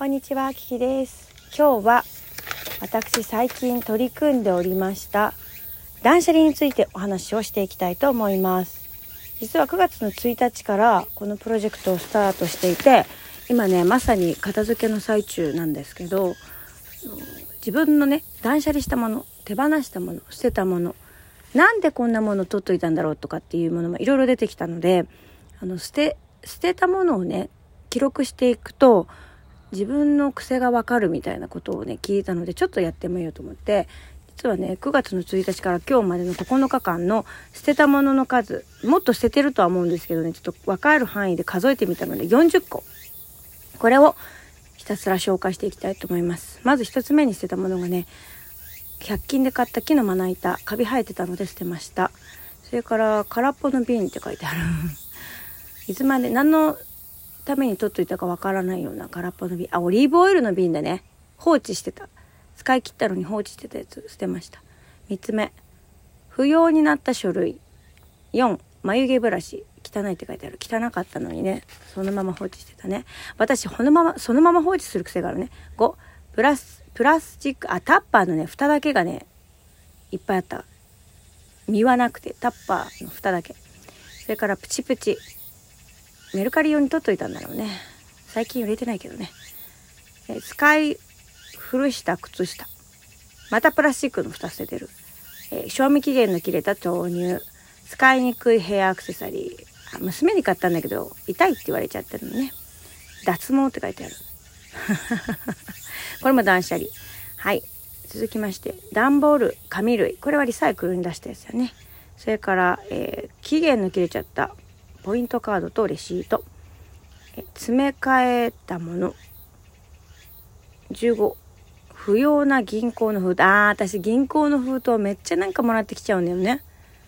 こんにちは、キキです。今日は私最近取り組んでおりました断捨離についてお話をしていきたいと思います。実は9月の1日からこのプロジェクトをスタートしていて、今ねまさに片付けの最中なんですけど、自分のね断捨離したもの、手放したもの、捨てたもの、なんでこんなもの取っといたんだろうとかっていうものもいろいろ出てきたので、捨てたものをね記録していくと自分の癖がわかるみたいなことをね聞いたので、ちょっとやってみようと思って、実はね9月の1日から今日までの9日間の捨てたものの数、もっと捨ててるとは思うんですけどね、ちょっと分かる範囲で数えてみたので40個、これをひたすら紹介していきたいと思います。まず一つ目に捨てたものがね、100均で買った木のまな板、カビ生えてたので捨てました。それから空っぽの瓶って書いてあるいつまで何のために取っといたかわからないような空っぽの瓶、オリーブオイルの瓶でね、放置してた、使い切ったのに放置してたやつ捨てました。3つ目、不要になった書類。4、眉毛ブラシ、汚いって書いてある。汚かったのにねそのまま放置してたね。私そのまま放置する癖があるね。5、プラスチック、タッパーのね蓋だけがねいっぱいあった。実はなくてタッパーの蓋だけ。それからプチプチ、メルカリ用に取っといたんだろうね。最近売れてないけどね。使い古した靴下、またプラスチックの蓋捨ててる。賞味期限の切れた豆乳、使いにくいヘアアクセサリー、娘に買ったんだけど痛いって言われちゃってるのね。脱毛って書いてあるこれも断捨離。はい、続きまして段ボール、紙類、これはリサイクルに出したやつだね。それから、期限の切れちゃったポイントカードとレシート、詰め替えたもの。15、不要な銀行の封筒。私銀行の封筒めっちゃなんかもらってきちゃうんだよね。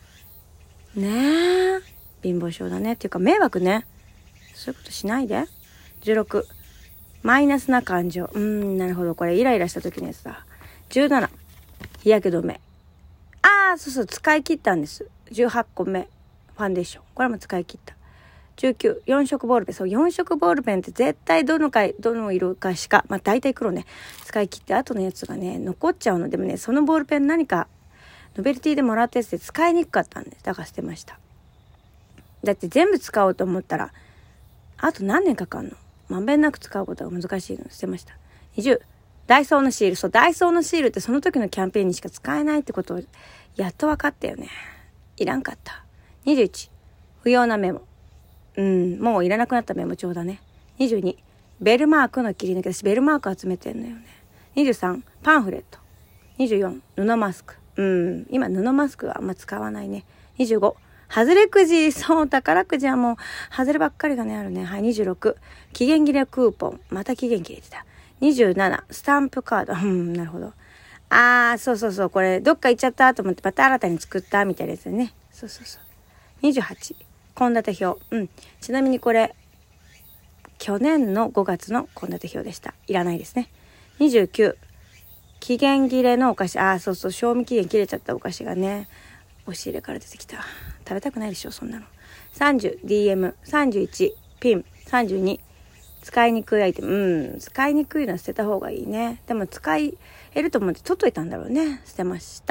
ねえ、貧乏症だねっていうか迷惑ね。そういうことしないで。16、マイナスな感情。なるほど、これイライラした時のやつだ。17、日焼け止め。そう使い切ったんです。18個目、ファンデーション、これも使い切った。19、4色ボールペン。そう、4色ボールペンって絶対どの色かしか、大体黒ね、使い切って後のやつがね残っちゃうの。でもねそのボールペン何かノベルティでもらったやつで使いにくかったんです。だから捨てました。だって全部使おうと思ったらあと何年かかんの。まんべんなく使うことが難しいので捨てました。20、ダイソーのシール。そう、ダイソーのシールってその時のキャンペーンにしか使えないってことをやっと分かったよね。いらんかった。21、不要なメモ。もういらなくなったメモ帳だね。22、ベルマークの切り抜け。私ベルマーク集めてんのよね。23、パンフレット。24、布マスク。今布マスクはあんま使わないね。25、外れくじ。そう、宝くじはもう外ればっかりがねあるね。はい。26、期限切れクーポン。また期限切れてた。27、スタンプカード。なるほど。そう、これどっか行っちゃったと思ってまた新たに作ったみたいなやつね。そう。28、献立表。ちなみにこれ去年の5月の献立表でした。いらないですね。29、期限切れのお菓子。賞味期限切れちゃったお菓子がね押し入れから出てきた。食べたくないでしょそんなの。30、DM。31、ピン。32、使いにくいアイテム。使いにくいのは捨てた方がいいね。でも使えると思って取っといたんだろうね。捨てました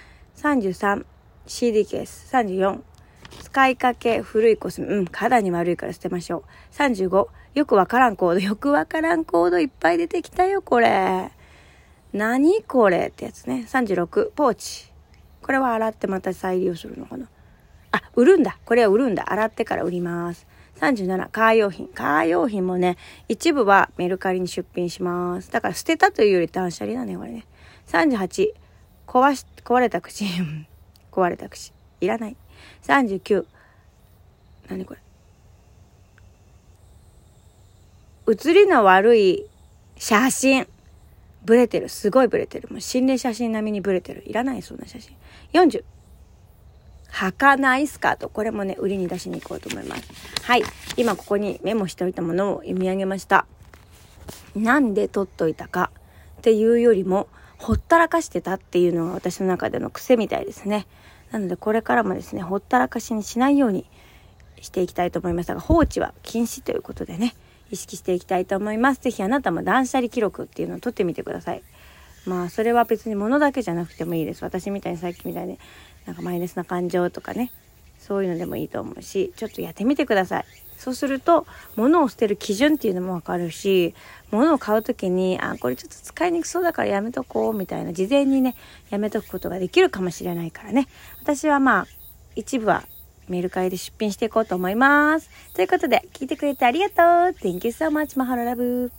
。33、CD ケース。34、使いかけ古いコスメ。肌に悪いから捨てましょう。35、よくわからんコード。よくわからんコードいっぱい出てきたよこれ。何これってやつね。36、ポーチ。これは洗ってまた再利用するのかな。売るんだ。これは売るんだ。洗ってから売ります。37、カー用品。カー用品もね一部はメルカリに出品します。だから捨てたというより断捨離だねこれね。38、壊れた口壊れた口いらない。39、何これ、写りの悪い写真。ブレてる、すごいブレてる。もう心霊写真並みにブレてる。いらないそんな写真。40、履かないスカート。これもね売りに出しに行こうと思います。はい、今ここにメモしておいたものを読み上げました。なんで取っといたかっていうよりもほったらかしてたっていうのが私の中での癖みたいですね。なのでこれからもですねほったらかしにしないようにしていきたいと思いますが、放置は禁止ということでね、 意識していきたいと思います。ぜひあなたも断捨離記録っていうのを取ってみてください。まあそれは別に物だけじゃなくてもいいです。私みたいにさっきみたいになんかマイナスな感情とかね、そういうのでもいいと思うし、ちょっとやってみてください。そうすると物を捨てる基準っていうのもわかるし、物を買うときにこれちょっと使いにくそうだからやめとこうみたいな、事前にねやめとくことができるかもしれないからね。私はまあ一部はメルカリで出品していこうと思います。ということで聞いてくれてありがとう。 Thank you so much. マハロラブ。